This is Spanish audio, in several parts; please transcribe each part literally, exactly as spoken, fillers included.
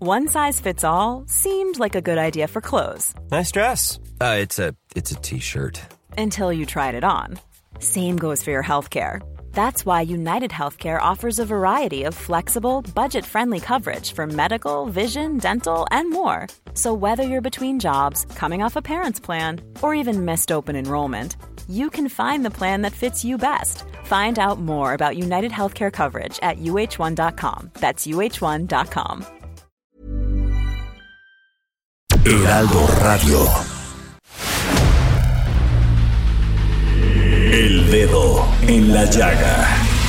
One size fits all seemed like a good idea for clothes. Nice dress. Uh, it's a it's a t-shirt. Until you tried it on. Same goes for your healthcare. That's why United Healthcare offers a variety of flexible, budget-friendly coverage for medical, vision, dental, and more. So whether you're between jobs, coming off a parent's plan, or even missed open enrollment, you can find the plan that fits you best. Find out more about United Healthcare coverage at U H one dot com. That's U H one dot com. Heraldo Radio. El dedo en la llaga.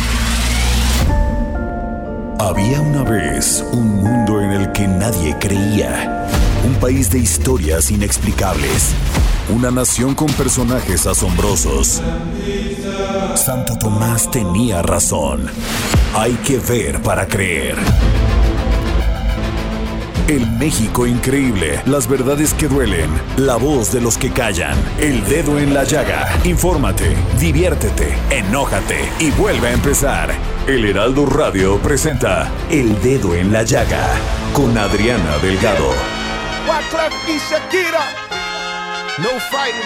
Había una vez un mundo en el que nadie creía. Un país de historias inexplicables. Una nación con personajes asombrosos. Santo Tomás tenía razón. Hay que ver para creer. El México increíble, las verdades que duelen, la voz de los que callan, el dedo en la llaga. Infórmate, diviértete, enójate y vuelve a empezar. El Heraldo Radio presenta El Dedo en la Llaga con Adriana Delgado. Wyclef y Shakira. No fighting.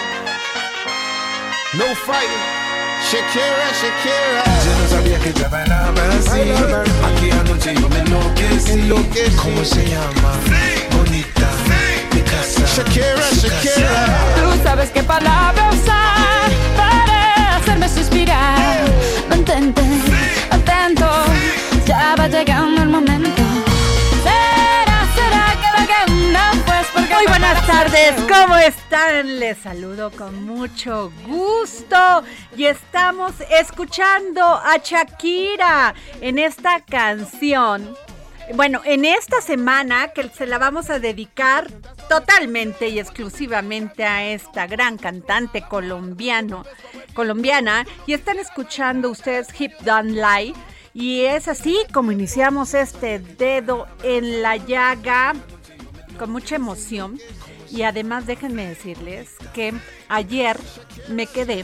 No fighting. Shakira, Shakira. Yo no sabía que te bailaba así. Aquí anoche yo me enloquecí. Enloquecí. ¿Cómo se llama? Sí. Bonita. Sí. Mi casa. Shakira, Shakira. Tú sabes qué palabra usar para hacerme suspirar. Mantente atento, ya va llegando el momento. Será, será que lo que una pues porque muy buenas tardes, ¿cómo están? Les saludo con mucho gusto y estamos escuchando a Shakira en esta canción. Bueno, en esta semana que se la vamos a dedicar totalmente y exclusivamente a esta gran cantante colombiano, colombiana, y están escuchando ustedes Hip Don't Lie, y es así como iniciamos este dedo en la llaga con mucha emoción. Y además déjenme decirles que ayer me quedé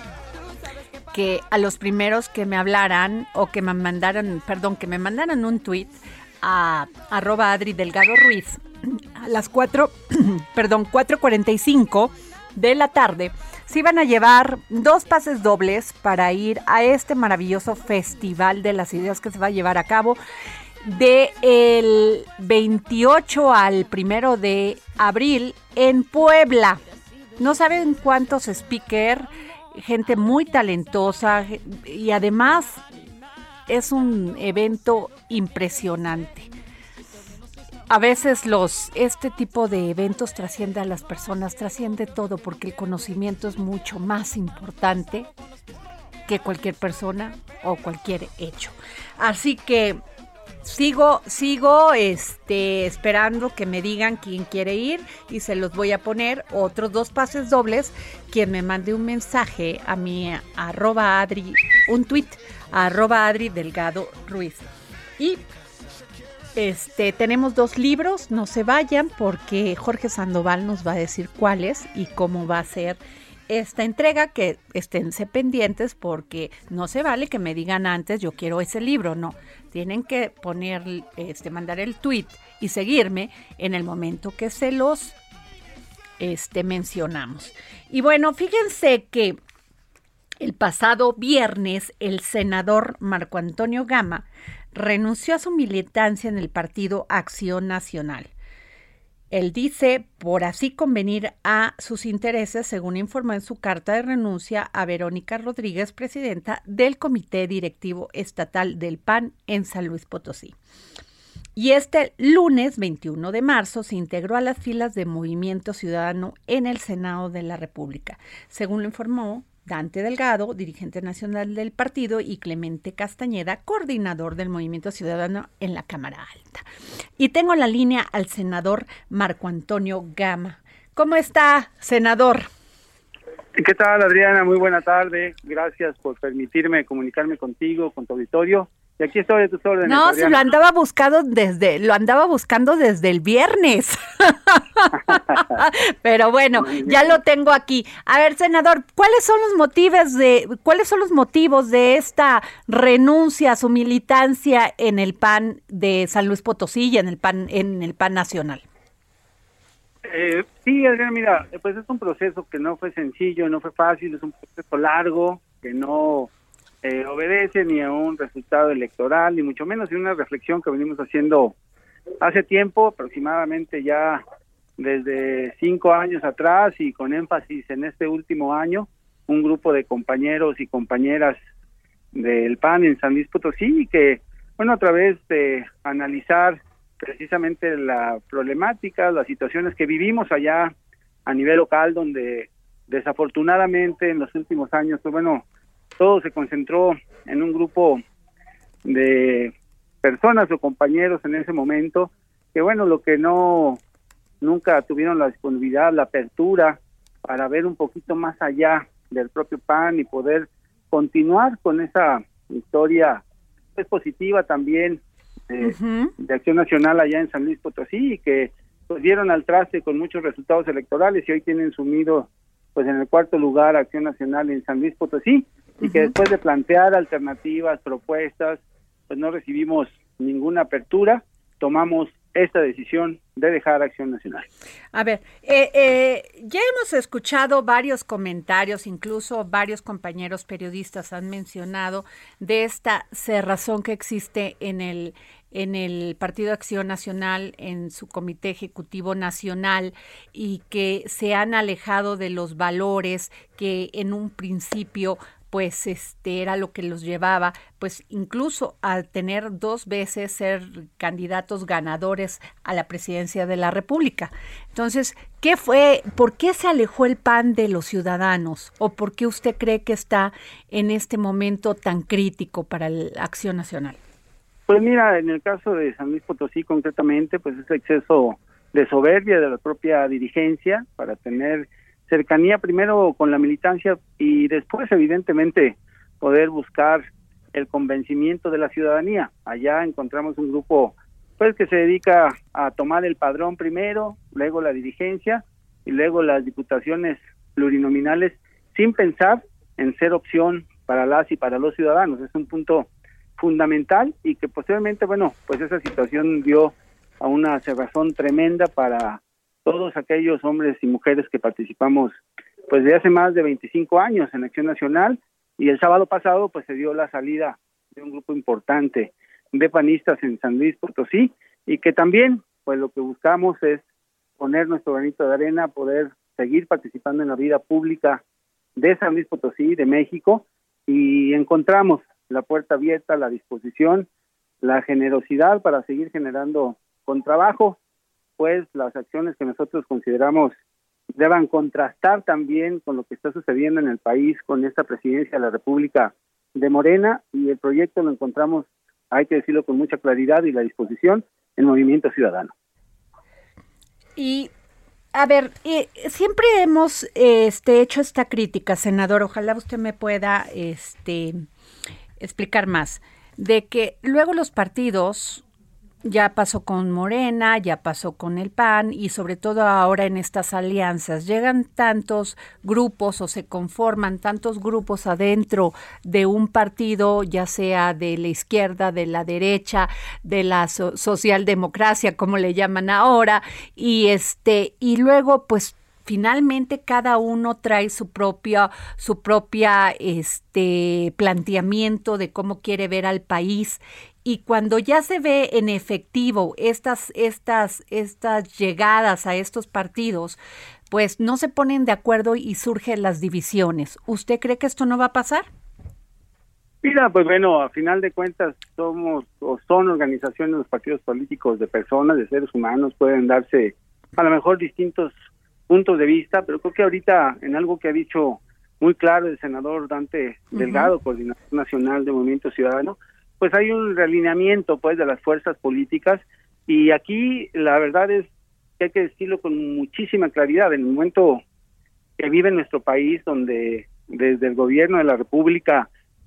que a los primeros que me hablaran o que me mandaran, perdón, que me mandaran un tweet a arroba Adri Delgado Ruiz a las cuatro, perdón, cuatro cuarenta y cinco de la tarde, se iban a llevar dos pases dobles para ir a este maravilloso Festival de las Ideas que se va a llevar a cabo de el veintiocho al primero de abril en Puebla. No saben cuántos speakers, gente muy talentosa, y además es un evento impresionante. A veces los este tipo de eventos trasciende a las personas, trasciende todo, porque el conocimiento es mucho más importante que cualquier persona o cualquier hecho. Así que Sigo, sigo este, esperando que me digan quién quiere ir y se los voy a poner otros dos pases dobles. Quien me mande un mensaje a mi arroba Adri, un tweet a arroba Adri Delgado Ruiz. Y este, tenemos dos libros, no se vayan porque Jorge Sandoval nos va a decir cuáles y cómo va a ser esta entrega, que esténse pendientes porque no se vale que me digan antes yo quiero ese libro, no, tienen que poner, este, mandar el tweet y seguirme en el momento que se los este, mencionamos. Y bueno, fíjense que el pasado viernes el senador Marco Antonio Gama renunció a su militancia en el partido Acción Nacional. Él dice, por así convenir a sus intereses, según informó en su carta de renuncia a Verónica Rodríguez, presidenta del Comité Directivo Estatal del P A N en San Luis Potosí. Y este lunes veintiuno de marzo se integró a las filas de Movimiento Ciudadano en el Senado de la República, según lo informó Dante Delgado, dirigente nacional del partido, y Clemente Castañeda, coordinador del Movimiento Ciudadano en la Cámara Alta. Y tengo en la línea al senador Marco Antonio Gama. ¿Cómo está, senador? ¿Qué tal, Adriana? Muy buena tarde. Gracias por permitirme comunicarme contigo, con tu auditorio. Y aquí estoy a tus órdenes. No, si lo andaba buscando desde, lo andaba buscando desde el viernes. Pero bueno, ya lo tengo aquí. A ver, senador, ¿cuáles son los motivos de, cuáles son los motivos de esta renuncia a su militancia en el P A N de San Luis Potosí y en el P A N, en el P A N nacional? Eh, sí, Adriana, mira, pues es un proceso que no fue sencillo, no fue fácil, es un proceso largo, que no eh, obedece ni a un resultado electoral, ni mucho menos, y una reflexión que venimos haciendo hace tiempo, aproximadamente ya desde cinco años atrás, y con énfasis en este último año, un grupo de compañeros y compañeras del P A N en San Luis Potosí, que, bueno, a través de analizar precisamente la problemática, las situaciones que vivimos allá a nivel local, donde desafortunadamente en los últimos años, pues bueno, todo se concentró en un grupo de personas o compañeros en ese momento, que bueno, lo que no, nunca tuvieron la disponibilidad, la apertura para ver un poquito más allá del propio P A N y poder continuar con esa historia pues positiva también de, uh-huh. de Acción Nacional allá en San Luis Potosí, y que pues dieron al traste con muchos resultados electorales y hoy tienen sumido pues en el cuarto lugar Acción Nacional en San Luis Potosí, y uh-huh. que después de plantear alternativas, propuestas, pues no recibimos ninguna apertura, tomamos esta decisión de dejar Acción Nacional. A ver, eh, eh, ya hemos escuchado varios comentarios, incluso varios compañeros periodistas han mencionado de esta cerrazón que existe en el en el Partido Acción Nacional, en su Comité Ejecutivo Nacional, y que se han alejado de los valores que en un principio pues este era lo que los llevaba, pues incluso a tener dos veces ser candidatos ganadores a la presidencia de la República. Entonces, ¿qué fue, por qué se alejó el P A N de los ciudadanos? ¿O por qué usted cree que está en este momento tan crítico para la Acción Nacional? Pues mira, en el caso de San Luis Potosí concretamente, pues es exceso de soberbia de la propia dirigencia para tener cercanía primero con la militancia y después evidentemente poder buscar el convencimiento de la ciudadanía. Allá encontramos un grupo pues que se dedica a tomar el padrón primero, luego la dirigencia y luego las diputaciones plurinominales, sin pensar en ser opción para las y para los ciudadanos. Es un punto fundamental y que posteriormente, bueno, pues esa situación dio a una cerrazón tremenda para todos aquellos hombres y mujeres que participamos pues de hace más de veinticinco años en Acción Nacional, y el sábado pasado pues se dio la salida de un grupo importante de panistas en San Luis Potosí, y que también pues lo que buscamos es poner nuestro granito de arena, poder seguir participando en la vida pública de San Luis Potosí, de México, y encontramos la puerta abierta, la disposición, la generosidad para seguir generando con trabajo pues las acciones que nosotros consideramos deban contrastar también con lo que está sucediendo en el país con esta presidencia de la República de Morena, y el proyecto lo encontramos, hay que decirlo con mucha claridad, y la disposición en Movimiento Ciudadano. Y a ver, eh, siempre hemos este, hecho esta crítica, senador, ojalá usted me pueda este, explicar más, de que luego los partidos, ya pasó con Morena, ya pasó con el P A N, y sobre todo ahora en estas alianzas, llegan tantos grupos o se conforman tantos grupos adentro de un partido, ya sea de la izquierda, de la derecha, de la so- socialdemocracia, como le llaman ahora, y este y luego pues finalmente cada uno trae su propia su propia este planteamiento de cómo quiere ver al país. Y cuando ya se ve en efectivo estas, estas, estas llegadas a estos partidos, pues no se ponen de acuerdo y surgen las divisiones. ¿Usted cree que esto no va a pasar? Mira, pues bueno, a final de cuentas somos o son organizaciones, los partidos políticos, de personas, de seres humanos, pueden darse a lo mejor distintos puntos de vista, pero creo que ahorita en algo que ha dicho muy claro el senador Dante uh-huh. Delgado, coordinador nacional de Movimiento Ciudadano, pues hay un realineamiento pues de las fuerzas políticas, y aquí la verdad es que hay que decirlo con muchísima claridad, en el momento que vive nuestro país, donde desde el gobierno de la República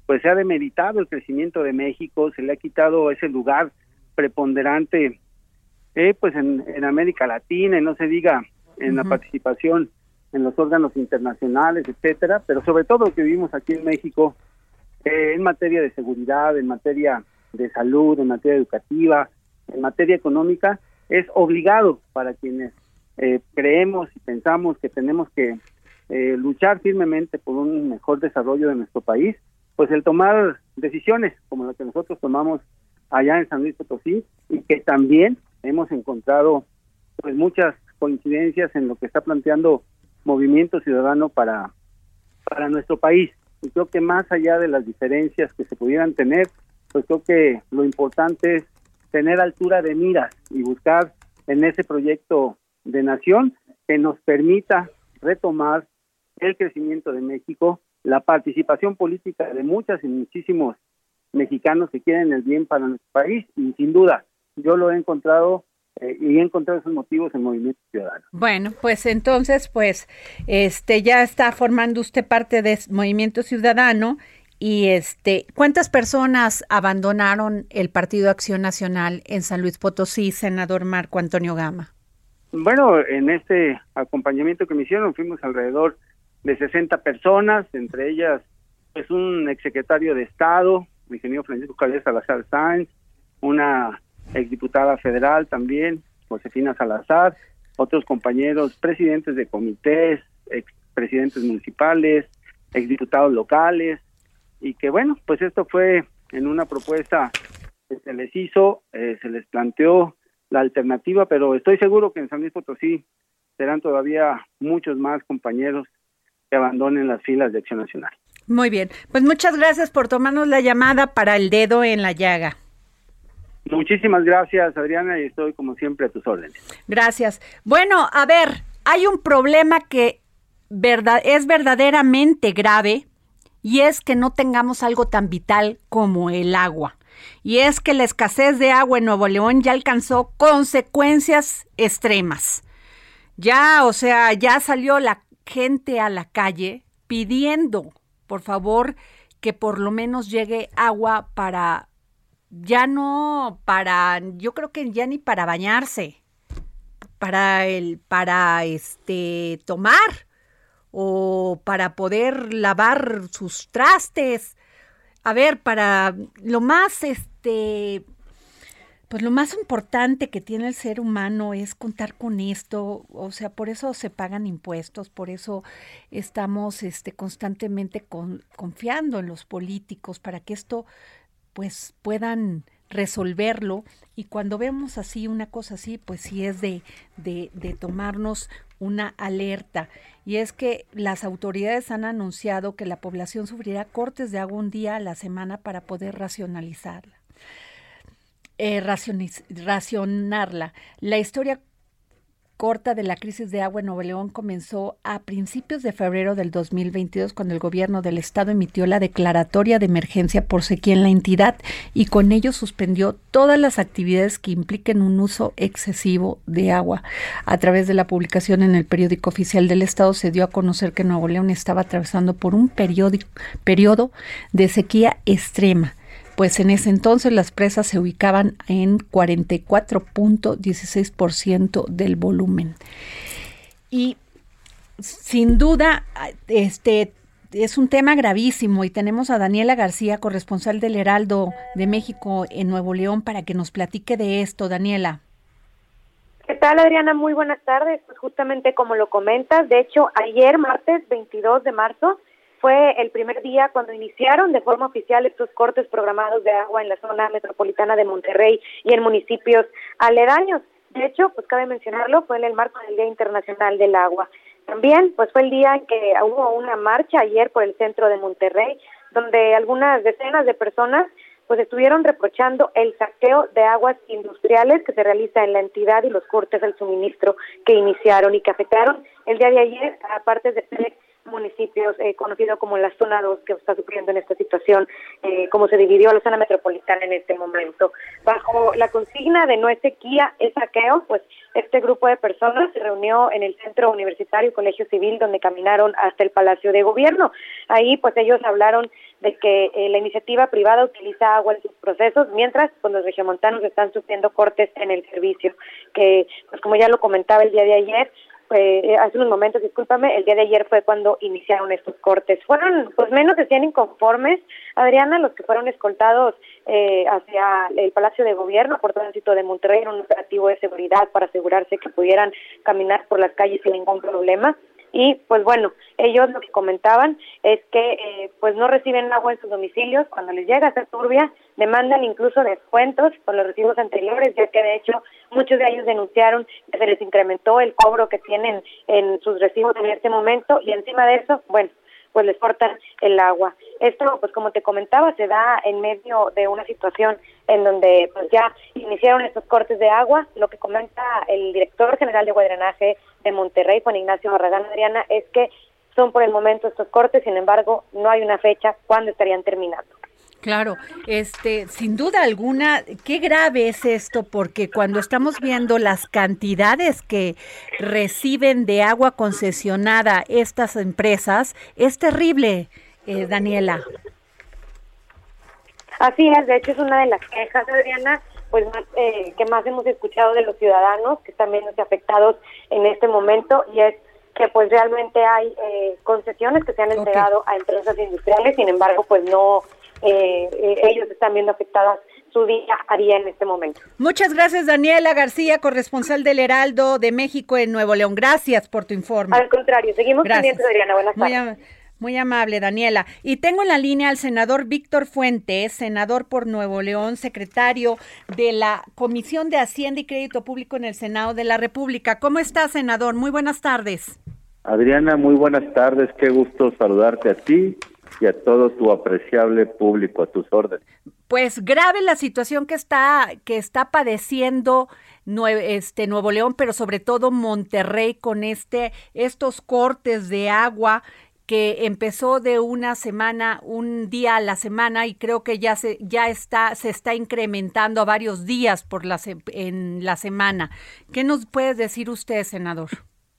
pues se ha demeritado el crecimiento de México, se le ha quitado ese lugar preponderante eh, pues en, en América Latina, y no se diga en uh-huh. la participación en los órganos internacionales, etcétera, pero sobre todo lo que vivimos aquí en México eh, en materia de seguridad, en materia de salud, en materia educativa, en materia económica, es obligado para quienes eh, creemos y pensamos que tenemos que eh, luchar firmemente por un mejor desarrollo de nuestro país, pues el tomar decisiones como la que nosotros tomamos allá en San Luis Potosí, y que también hemos encontrado pues muchas coincidencias en lo que está planteando Movimiento Ciudadano para, para nuestro país. Y creo que más allá de las diferencias que se pudieran tener, pues creo que lo importante es tener altura de miras y buscar en ese proyecto de nación que nos permita retomar el crecimiento de México, la participación política de muchas y muchísimos mexicanos que quieren el bien para nuestro país, y sin duda yo lo he encontrado eh, y he encontrado esos motivos en Movimiento Ciudadano. Bueno, pues entonces pues este ya está formando usted parte de Movimiento Ciudadano. Y este, ¿cuántas personas abandonaron el Partido Acción Nacional en San Luis Potosí, senador Marco Antonio Gama? Bueno, en este acompañamiento que me hicieron fuimos alrededor de sesenta personas, entre ellas pues un exsecretario de Estado, el ingeniero Francisco Javier Salazar Sáenz, una exdiputada federal también, Josefina Salazar, otros compañeros presidentes de comités, expresidentes municipales, exdiputados locales, y que bueno, pues esto fue en una propuesta que se les hizo, eh, se les planteó la alternativa, pero estoy seguro que en San Luis Potosí serán todavía muchos más compañeros que abandonen las filas de Acción Nacional. Muy bien, pues muchas gracias por tomarnos la llamada para el dedo en la llaga. Muchísimas gracias, Adriana, y estoy como siempre a tus órdenes. Gracias. Bueno, a ver, hay un problema que verdad, es verdaderamente grave, y es que no tengamos algo tan vital como el agua. Y es que la escasez de agua en Nuevo León ya alcanzó consecuencias extremas. Ya, o sea, ya salió la gente a la calle pidiendo, por favor, que por lo menos llegue agua para, ya no para, yo creo que ya ni para bañarse, para el, para este, tomar, o para poder lavar sus trastes. A ver, para lo más, este, pues lo más importante que tiene el ser humano es contar con esto. O sea, por eso se pagan impuestos, por eso estamos, este, constantemente con, confiando en los políticos para que esto, pues, puedan resolverlo. Y cuando vemos así una cosa así, pues sí es de, de, de tomarnos una alerta, y es que las autoridades han anunciado que la población sufrirá cortes de agua un día a la semana para poder racionalizarla, eh, racioniz, racionarla. La historia corta de la crisis de agua en Nuevo León comenzó a principios de febrero del dos mil veintidós, cuando el gobierno del estado emitió la declaratoria de emergencia por sequía en la entidad, y con ello suspendió todas las actividades que impliquen un uso excesivo de agua. A través de la publicación en el periódico oficial del estado se dio a conocer que Nuevo León estaba atravesando por un periódico, periodo de sequía extrema, pues en ese entonces las presas se ubicaban en cuarenta y cuatro punto dieciséis por ciento del volumen. Y sin duda, este es un tema gravísimo, y tenemos a Daniela García, corresponsal del Heraldo de México en Nuevo León, para que nos platique de esto. Daniela. ¿Qué tal, Adriana? Muy buenas tardes. Pues justamente como lo comentas, de hecho, ayer, martes veintidós de marzo, fue el primer día cuando iniciaron de forma oficial estos cortes programados de agua en la zona metropolitana de Monterrey y en municipios aledaños. De hecho, pues cabe mencionarlo, fue en el marco del Día Internacional del Agua. También, pues fue el día en que hubo una marcha ayer por el centro de Monterrey, donde algunas decenas de personas pues estuvieron reprochando el saqueo de aguas industriales que se realiza en la entidad y los cortes del suministro que iniciaron y que afectaron el día de ayer a partes de municipios eh, conocido como la zona dos, que está sufriendo en esta situación, eh, como se dividió la zona metropolitana en este momento. Bajo la consigna de no es sequía, es saqueo, pues este grupo de personas se reunió en el Centro Universitario Colegio Civil, donde caminaron hasta el Palacio de Gobierno. Ahí pues ellos hablaron de que eh, la iniciativa privada utiliza agua en sus procesos, mientras pues, los regiomontanos están sufriendo cortes en el servicio, que pues como ya lo comentaba el día de ayer, Eh, hace unos momentos, discúlpame, el día de ayer fue cuando iniciaron estos cortes. Fueron pues menos de cien inconformes, Adriana, los que fueron escoltados eh, hacia el Palacio de Gobierno por tránsito de Monterrey en un operativo de seguridad para asegurarse que pudieran caminar por las calles sin ningún problema. Y pues bueno, ellos lo que comentaban es que eh, pues no reciben agua en sus domicilios, cuando les llega a ser turbia, demandan incluso descuentos por los recibos anteriores, ya que de hecho muchos de ellos denunciaron que se les incrementó el cobro que tienen en sus recibos en este momento, y encima de eso, bueno, pues les cortan el agua. Esto, pues como te comentaba, se da en medio de una situación en donde pues ya iniciaron estos cortes de agua. Lo que comenta el director general de Agua y Drenaje de Monterrey, Juan Ignacio Barragán, Adriana, es que son por el momento estos cortes, sin embargo, no hay una fecha cuándo estarían terminando. Claro, este, sin duda alguna, qué grave es esto, porque cuando estamos viendo las cantidades que reciben de agua concesionada estas empresas, es terrible, eh, Daniela. Así es, de hecho es una de las quejas, Adriana, pues más, eh, que más hemos escuchado de los ciudadanos que están viéndose afectados en este momento, y es que pues realmente hay eh, concesiones que se han entregado okay. a empresas industriales, sin embargo pues no... Eh, eh, ellos están viendo afectadas su día a día en este momento. Muchas gracias, Daniela García, corresponsal del Heraldo de México en Nuevo León. Gracias por tu informe. Al contrario, seguimos pendientes, Adriana. Buenas tardes. Muy, am- muy amable, Daniela. Y tengo en la línea al senador Víctor Fuentes, senador por Nuevo León, secretario de la Comisión de Hacienda y Crédito Público en el Senado de la República. ¿Cómo está, senador? Muy buenas tardes. Adriana, muy buenas tardes. Qué gusto saludarte a ti y a todo tu apreciable público, a tus órdenes. Pues grave la situación que está que está padeciendo Nue- este Nuevo León, pero sobre todo Monterrey, con este estos cortes de agua que empezó de una semana, un día a la semana, y creo que ya se ya está se está incrementando a varios días por la se- en la semana. ¿Qué nos puede decir usted, senador?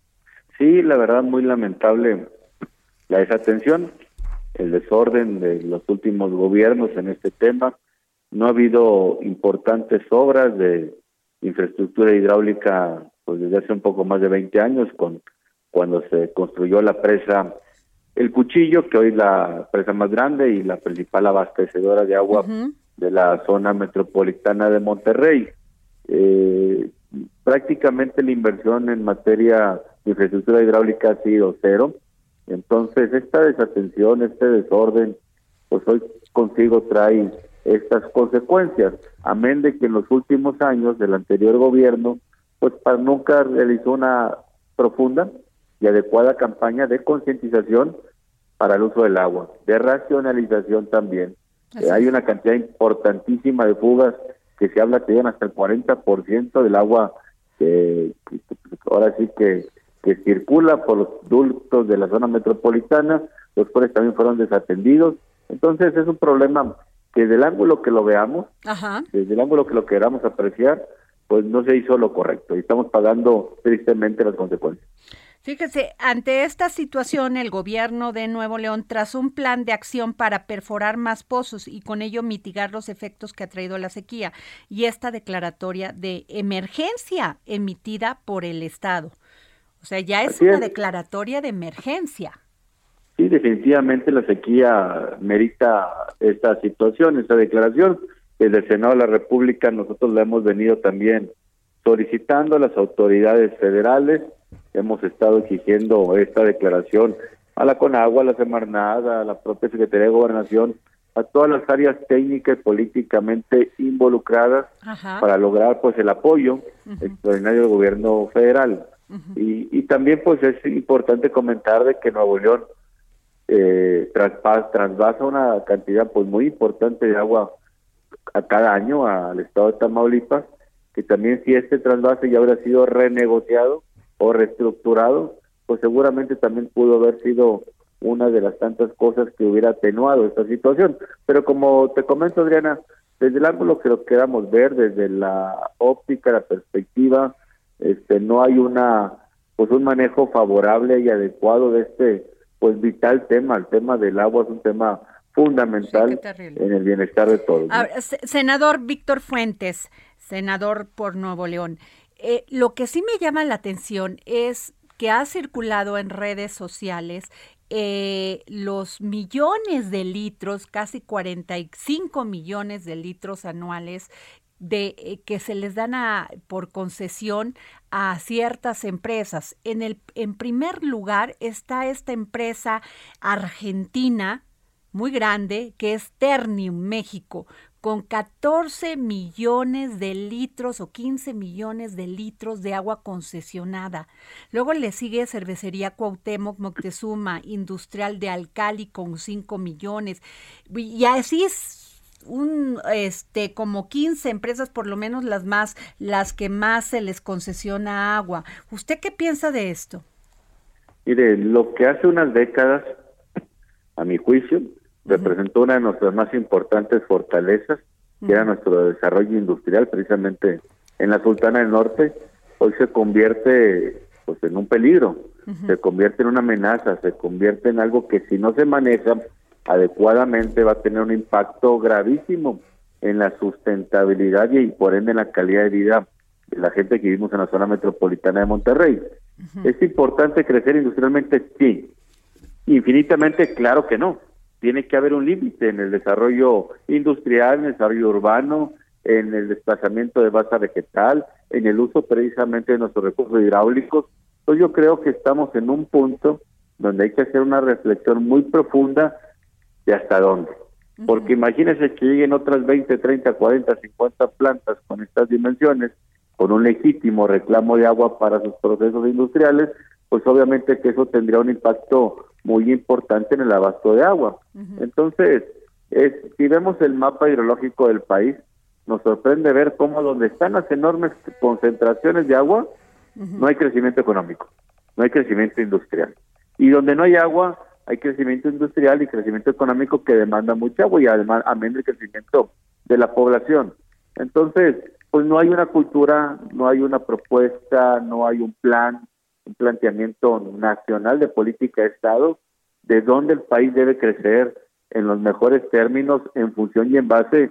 Sí, la verdad, muy lamentable la desatención, el desorden de los últimos gobiernos en este tema. No ha habido importantes obras de infraestructura hidráulica pues desde hace un poco más de veinte años, con cuando se construyó la presa El Cuchillo, que hoy es la presa más grande y la principal abastecedora de agua uh-huh. de la zona metropolitana de Monterrey. Eh, prácticamente la inversión en materia de infraestructura hidráulica ha sido cero. Entonces, esta desatención, este desorden, pues hoy consigo trae estas consecuencias, amén de que en los últimos años del anterior gobierno, pues para nunca realizó una profunda y adecuada campaña de concientización para el uso del agua, de racionalización también. Eh, hay una cantidad importantísima de fugas que se habla que llegan hasta el cuarenta por ciento del agua que, que, que ahora sí que que circula por los ductos de la zona metropolitana, los cuales también fueron desatendidos. Entonces es un problema que desde el ángulo que lo veamos, Ajá. desde el ángulo que lo queramos apreciar, pues no se hizo lo correcto y estamos pagando tristemente las consecuencias. Fíjese, ante esta situación, el gobierno de Nuevo León trazó un plan de acción para perforar más pozos y con ello mitigar los efectos que ha traído la sequía y esta declaratoria de emergencia emitida por el Estado. O sea, ya es Así una es. declaratoria de emergencia. Sí, definitivamente la sequía merita esta situación, esta declaración. Desde el Senado de la República nosotros la hemos venido también solicitando a las autoridades federales. Hemos estado exigiendo esta declaración a la CONAGUA, a la Semarnat, a la propia Secretaría de Gobernación, a todas las áreas técnicas y políticamente involucradas Ajá. para lograr pues el apoyo uh-huh. extraordinario del gobierno federal. Uh-huh. Y, y también pues es importante comentar de que Nuevo León eh, traspas, trasvasa una cantidad pues muy importante de agua a cada año al estado de Tamaulipas, que también si este trasvase ya hubiera sido renegociado o reestructurado, pues seguramente también pudo haber sido una de las tantas cosas que hubiera atenuado esta situación. Pero como te comento, Adriana, desde el ángulo que lo queramos ver, desde la óptica, la perspectiva, este no hay una pues un manejo favorable y adecuado de este pues vital tema. El tema del agua es un tema fundamental sí, en el bienestar de todos. Ahora, ¿no? Senador Víctor Fuentes, senador por Nuevo León, eh, lo que sí me llama la atención es que ha circulado en redes sociales eh, los millones de litros, casi cuarenta y cinco millones de litros anuales de eh, que se les dan a, por concesión a ciertas empresas. En el en primer lugar está esta empresa argentina muy grande que es Ternium México, con catorce millones de litros o quince millones de litros de agua concesionada. Luego le sigue Cervecería Cuauhtémoc Moctezuma, Industrial de Alcali con cinco millones. Y así es un este como quince empresas, por lo menos las más las que más se les concesiona agua. ¿Usted qué piensa de esto? Mire, lo que hace unas décadas, a mi juicio, uh-huh. representó una de nuestras más importantes fortalezas, que uh-huh. era nuestro desarrollo industrial, precisamente en la Sultana del Norte, hoy se convierte pues en un peligro, uh-huh. se convierte en una amenaza, se convierte en algo que si no se maneja adecuadamente va a tener un impacto gravísimo en la sustentabilidad y por ende en la calidad de vida de la gente que vivimos en la zona metropolitana de Monterrey. Uh-huh. ¿Es importante crecer industrialmente? Sí. Infinitamente, claro que no. Tiene que haber un límite en el desarrollo industrial, en el desarrollo urbano, en el desplazamiento de base vegetal, en el uso precisamente de nuestros recursos hidráulicos. Entonces yo creo que estamos en un punto donde hay que hacer una reflexión muy profunda de hasta dónde. Porque uh-huh. imagínense que lleguen otras veinte, treinta, cuarenta, cincuenta plantas con estas dimensiones, con un legítimo reclamo de agua para sus procesos industriales, pues obviamente que eso tendría un impacto muy importante en el abasto de agua. Uh-huh. Entonces, es, si vemos el mapa hidrológico del país, nos sorprende ver cómo donde están las enormes concentraciones de agua, uh-huh. no hay crecimiento económico, no hay crecimiento industrial. Y donde no hay agua, hay crecimiento industrial y crecimiento económico que demanda mucha agua y además amén del crecimiento de la población. Entonces, pues no hay una cultura, no hay una propuesta, no hay un plan, un planteamiento nacional de política de Estado de dónde el país debe crecer en los mejores términos en función y en base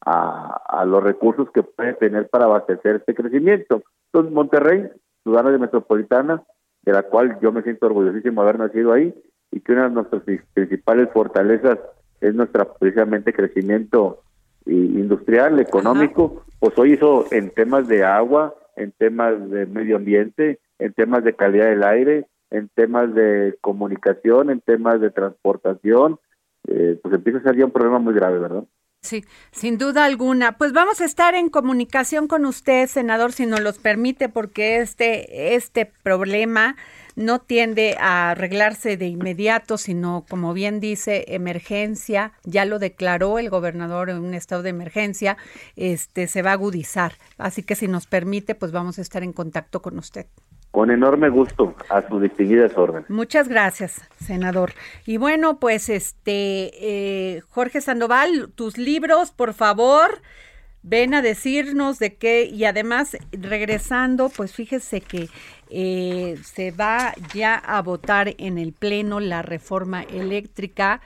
a, a los recursos que puede tener para abastecer este crecimiento. Entonces, Monterrey, ciudad de metropolitana, de la cual yo me siento orgullosísimo de haber nacido ahí, y que una de nuestras principales fortalezas es nuestra precisamente crecimiento industrial, económico, Ajá. pues hoy eso en temas de agua, en temas de medio ambiente, en temas de calidad del aire, en temas de comunicación, en temas de transportación, eh, pues empieza a ser ya un problema muy grave, ¿verdad? Sí, sin duda alguna. Pues vamos a estar en comunicación con usted, senador, si nos los permite, porque este, este problema no tiende a arreglarse de inmediato, sino, como bien dice, emergencia. Ya lo declaró el gobernador en un estado de emergencia, este se va a agudizar. Así que si nos permite, pues vamos a estar en contacto con usted. Con enorme gusto, a su distinguida orden. Muchas gracias, senador. Y bueno, pues este eh, Jorge Sandoval, tus libros, por favor, ven a decirnos de qué, y además, regresando, pues fíjese que eh, se va ya a votar en el Pleno la reforma eléctrica.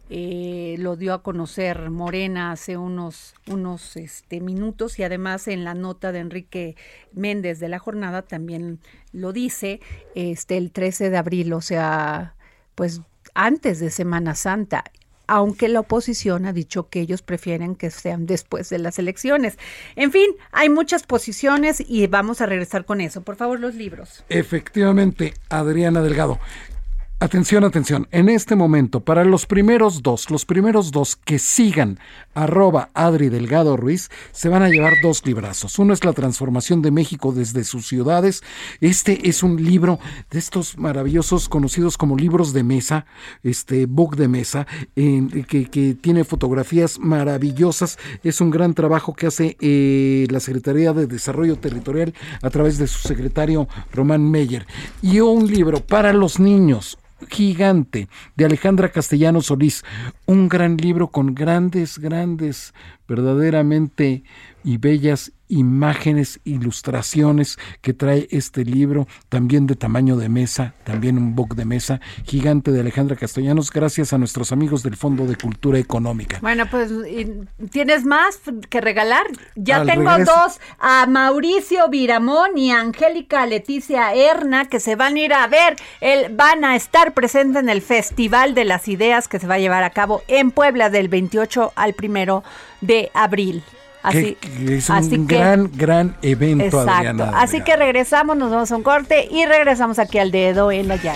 Eh, lo dio a conocer Morena hace unos unos este minutos, y además en la nota de Enrique Méndez de La Jornada también lo dice, este el trece de abril, o sea, pues antes de Semana Santa, aunque la oposición ha dicho que ellos prefieren que sean después de las elecciones. En fin, hay muchas posiciones y vamos a regresar con eso. Por favor, los libros. Efectivamente, Adriana Delgado. Atención, atención, en este momento, para los primeros dos, los primeros dos que sigan arroba Adri Delgado Ruiz, se van a llevar dos librazos. Uno es La transformación de México desde sus ciudades. Este es un libro de estos maravillosos conocidos como libros de mesa, este book de mesa, eh, que, que tiene fotografías maravillosas. Es un gran trabajo que hace eh, la Secretaría de Desarrollo Territorial a través de su secretario Román Meyer. Y un libro para los niños, gigante, de Alejandra Castellanos Solís, un gran libro con grandes, grandes verdaderamente y bellas imágenes, ilustraciones que trae este libro, también de tamaño de mesa, también un book de mesa gigante de Alejandra Castellanos, gracias a nuestros amigos del Fondo de Cultura Económica. Bueno, pues, ¿tienes más que regalar? Ya Al tengo regreso. dos, a Mauricio Viramón y a Angélica Leticia Erna, que se van a ir a ver, el, van a estar presentes en el Festival de las Ideas que se va a llevar a cabo en Puebla del veintiocho al primero de abril. Así, que, que es un así que, gran, gran evento, exacto. Adriana. Así que regresamos, nos vamos a un corte y regresamos aquí al Dedo en la Llaga.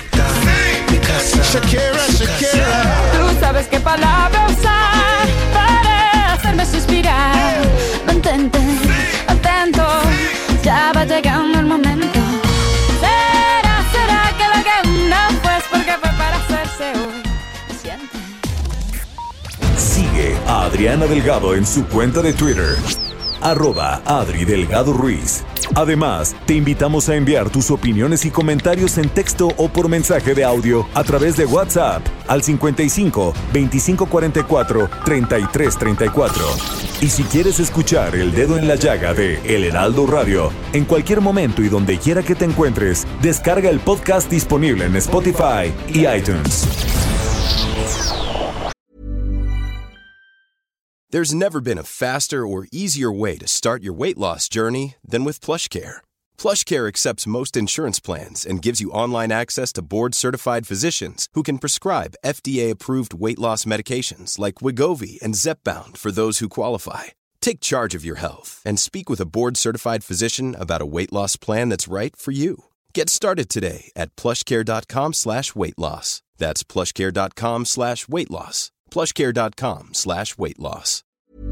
Shakira, Shakira. Tú sabes qué palabra usar para hacerme suspirar. Mantente atento, ya va llegando el momento. Será, será que lo que no fue es porque fue para hacerse hoy. Siente. Sigue a Adriana Delgado en su cuenta de Twitter, arroba Adri Delgado Ruiz. Además, te invitamos a enviar tus opiniones y comentarios en texto o por mensaje de audio a través de WhatsApp al cincuenta y cinco, veinticinco cuarenta y cuatro, treinta y tres treinta y cuatro. Y si quieres escuchar El Dedo en la Llaga de El Heraldo Radio, en cualquier momento y donde quiera que te encuentres, descarga el podcast disponible en Spotify y iTunes. There's never been a faster or easier way to start your weight loss journey than with PlushCare. PlushCare accepts most insurance plans and gives you online access to board-certified physicians who can prescribe F D A-approved weight loss medications like Wegovy and Zepbound for those who qualify. Take charge of your health and speak with a board-certified physician about a weight loss plan that's right for you. Get started today at plushcare.com slash weight loss. That's plushcare.com slash weight loss. plushcare.com slash weight loss.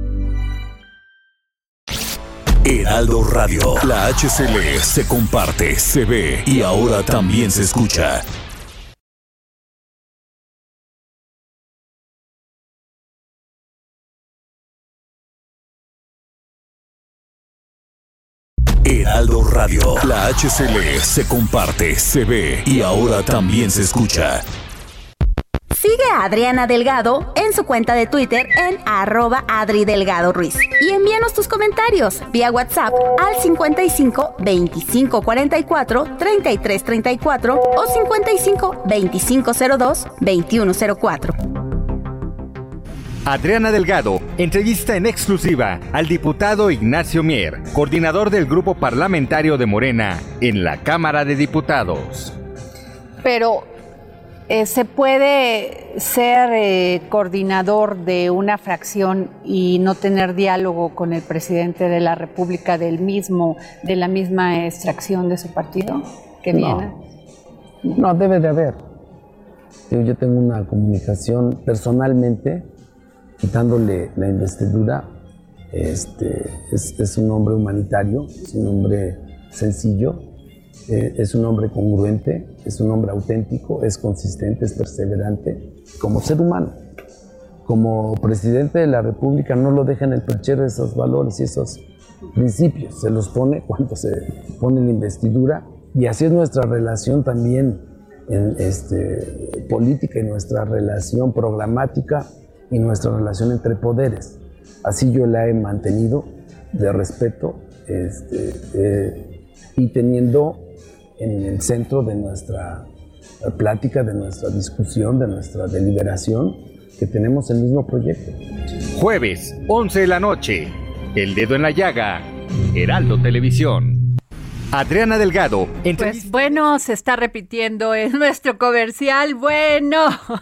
Heraldo Radio. La H C L se comparte, se ve y ahora también se escucha. Heraldo Radio. La H C L se comparte, se ve y ahora también se escucha. Sigue a Adriana Delgado en su cuenta de Twitter en arroba Adri Delgado Ruiz. Y envíanos tus comentarios vía WhatsApp al cincuenta y cinco, veinticinco cuarenta y cuatro, treinta y tres treinta y cuatro o cincuenta y cinco, veinticinco cero dos, veintiuno cero cuatro. Adriana Delgado entrevista en exclusiva al diputado Ignacio Mier, coordinador del Grupo Parlamentario de Morena en la Cámara de Diputados. Pero eh, ¿se puede ser eh, coordinador de una fracción y no tener diálogo con el presidente de la República del mismo, de la misma extracción de su partido que viene? No, no debe de haber. Yo tengo una comunicación personalmente, quitándole la investidura. Este, es, es un hombre humanitario, es un hombre sencillo, eh, es un hombre congruente, es un hombre auténtico, es consistente, es perseverante como ser humano. Como presidente de la República no lo deja en el perchero esos valores y esos principios, se los pone cuando se pone la investidura, y así es nuestra relación también en, este, política y nuestra relación programática y nuestra relación entre poderes. Así yo la he mantenido, de respeto, este, eh, y teniendo en el centro de nuestra plática, de nuestra discusión, de nuestra deliberación, que tenemos el mismo proyecto. Jueves, once de la noche, El Dedo en la Llaga, Heraldo Televisión. Adriana Delgado. Entre... Pues bueno, se está repitiendo en nuestro comercial. Bueno,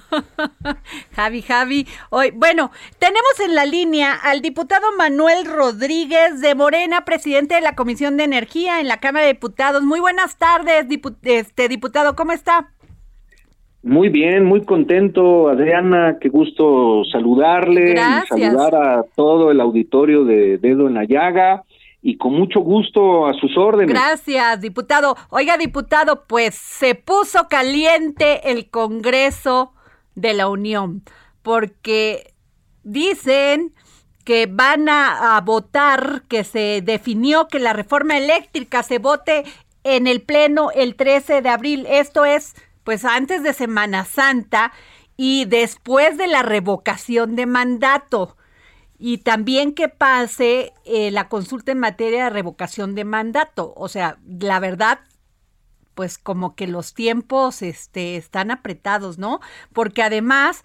Javi, Javi. Hoy, bueno, tenemos en la línea al diputado Manuel Rodríguez de Morena, presidente de la Comisión de Energía en la Cámara de Diputados. Muy buenas tardes, dipu- este diputado, ¿cómo está? Muy bien, muy contento, Adriana, qué gusto saludarle. Gracias. Y saludar a todo el auditorio de Dedo en la Llaga. Y con mucho gusto a sus órdenes. Gracias, diputado. Oiga, diputado, pues se puso caliente el Congreso de la Unión, porque dicen que van a, a votar, que se definió que la reforma eléctrica se vote en el Pleno el trece de abril. Esto es, pues, antes de Semana Santa y después de la revocación de mandato. y también que pase eh, la consulta en materia de revocación de mandato. O sea, la verdad, pues como que los tiempos este, están apretados, ¿no? Porque además,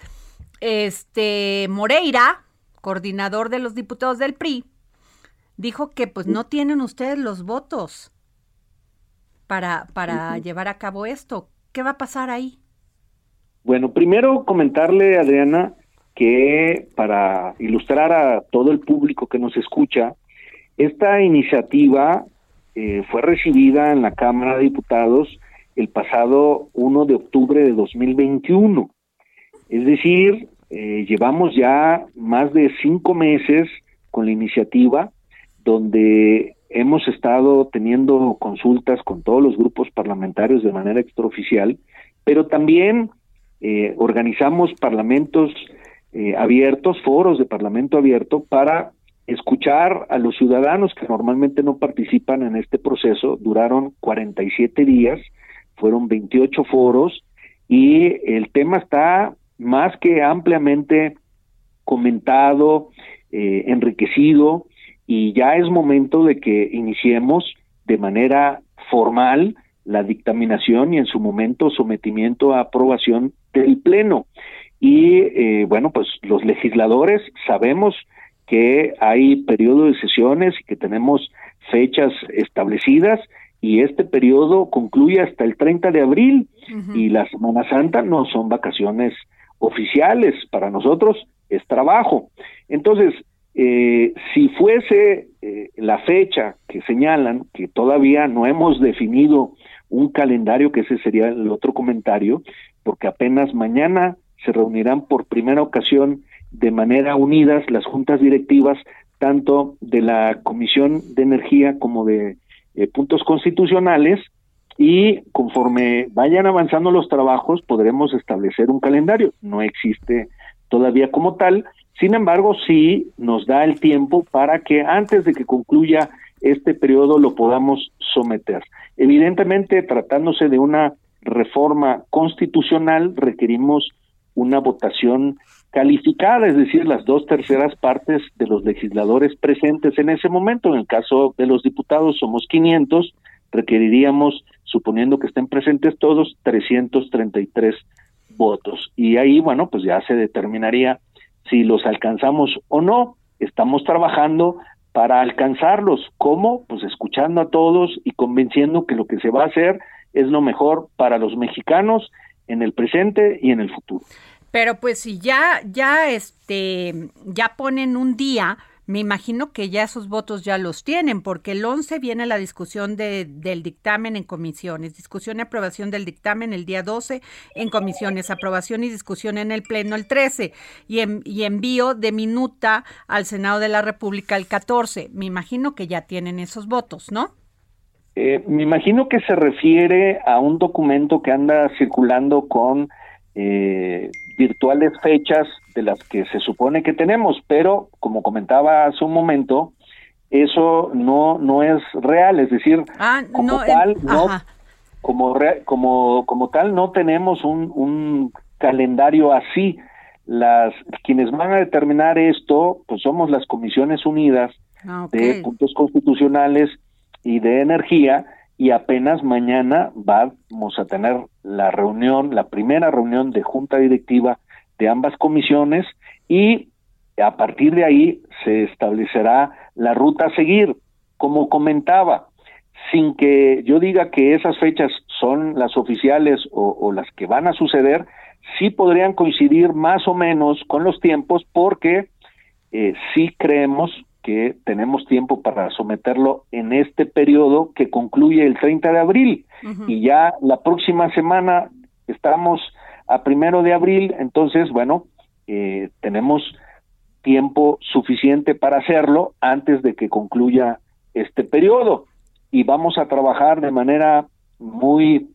este Moreira, coordinador de los diputados del P R I, dijo que pues no tienen ustedes los votos para, para uh-huh. llevar a cabo esto. ¿Qué va a pasar ahí? Bueno, primero comentarle, Adriana, que para ilustrar a todo el público que nos escucha, esta iniciativa eh, fue recibida en la Cámara de Diputados el pasado primero de octubre de dos mil veintiuno. Es decir, eh, llevamos ya más de cinco meses con la iniciativa, donde hemos estado teniendo consultas con todos los grupos parlamentarios de manera extraoficial, pero también eh, organizamos parlamentos eh, abiertos, foros de parlamento abierto, para escuchar a los ciudadanos que normalmente no participan en este proceso. Duraron cuarenta y siete días, fueron veintiocho foros, y el tema está más que ampliamente comentado, eh, enriquecido, y ya es momento de que iniciemos de manera formal la dictaminación y en su momento sometimiento a aprobación del Pleno. Y eh, bueno, pues los legisladores sabemos que hay periodo de sesiones y que tenemos fechas establecidas, y este periodo concluye hasta el treinta de abril, uh-huh. y la Semana Santa no son vacaciones oficiales, para nosotros es trabajo. Entonces, Eh, si fuese eh, la fecha que señalan, que todavía no hemos definido un calendario, que ese sería el otro comentario, porque apenas mañana se reunirán por primera ocasión de manera unidas las juntas directivas, tanto de la Comisión de Energía como de eh, Puntos Constitucionales, y conforme vayan avanzando los trabajos podremos establecer un calendario. No existe todavía como tal. Sin embargo, sí nos da el tiempo para que antes de que concluya este periodo lo podamos someter. Evidentemente, tratándose de una reforma constitucional, requerimos una votación calificada, es decir, las dos terceras partes de los legisladores presentes en ese momento. En el caso de los diputados somos quinientos, requeriríamos, suponiendo que estén presentes todos, trescientos treinta y tres votos. Y ahí, bueno, pues ya se determinaría si los alcanzamos o no. Estamos trabajando para alcanzarlos. ¿Cómo? Pues escuchando a todos y convenciendo que lo que se va a hacer es lo mejor para los mexicanos en el presente y en el futuro. Pero pues si ya, ya, este, ya ponen un día, me imagino que ya esos votos ya los tienen, porque el once viene la discusión de, del dictamen en comisiones, discusión y aprobación del dictamen el día doce en comisiones, aprobación y discusión en el Pleno el trece, y, en, y envío de minuta al Senado de la República el catorce. Me imagino que ya tienen esos votos, ¿no? Eh, me imagino que se refiere a un documento que anda circulando con eh, virtuales fechas de las que se supone que tenemos, pero como comentaba hace un momento, eso no no es real, es decir, ah, como no, tal eh, no como re, como como tal no tenemos un un calendario así. Las quienes van a determinar esto, pues somos las Comisiones Unidas ah, okay. de Puntos Constitucionales y de Energía, y apenas mañana vamos a tener la reunión, la primera reunión de junta directiva de ambas comisiones, y a partir de ahí se establecerá la ruta a seguir. Como comentaba, sin que yo diga que esas fechas son las oficiales o, o las que van a suceder, sí podrían coincidir más o menos con los tiempos, porque eh, sí creemos que tenemos tiempo para someterlo en este periodo que concluye el treinta de abril, uh-huh. y ya la próxima semana estamos a primero de abril, entonces, bueno, eh, tenemos tiempo suficiente para hacerlo antes de que concluya este periodo, y vamos a trabajar de manera muy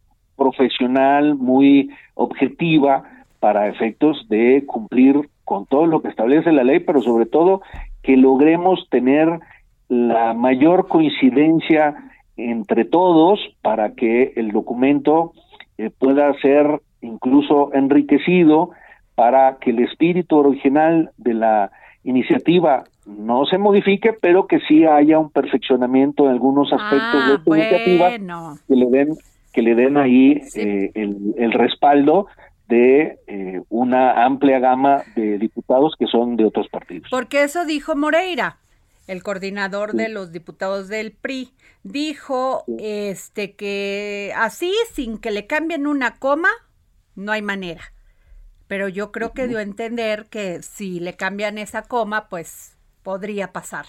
profesional, muy objetiva, para efectos de cumplir con todo lo que establece la ley, pero sobre todo que logremos tener la mayor coincidencia entre todos para que el documento eh, pueda ser incluso enriquecido, para que el espíritu original de la iniciativa no se modifique, pero que sí haya un perfeccionamiento en algunos aspectos Ah, de esta bueno. iniciativa, que le den que le den ahí Sí. eh, el, el respaldo de eh, una amplia gama de diputados que son de otros partidos. Porque eso dijo Moreira, el coordinador Sí. de los diputados del P R I. Dijo este que así, sin que le cambien una coma, no hay manera. Pero yo creo que dio a entender que si le cambian esa coma, pues podría pasar.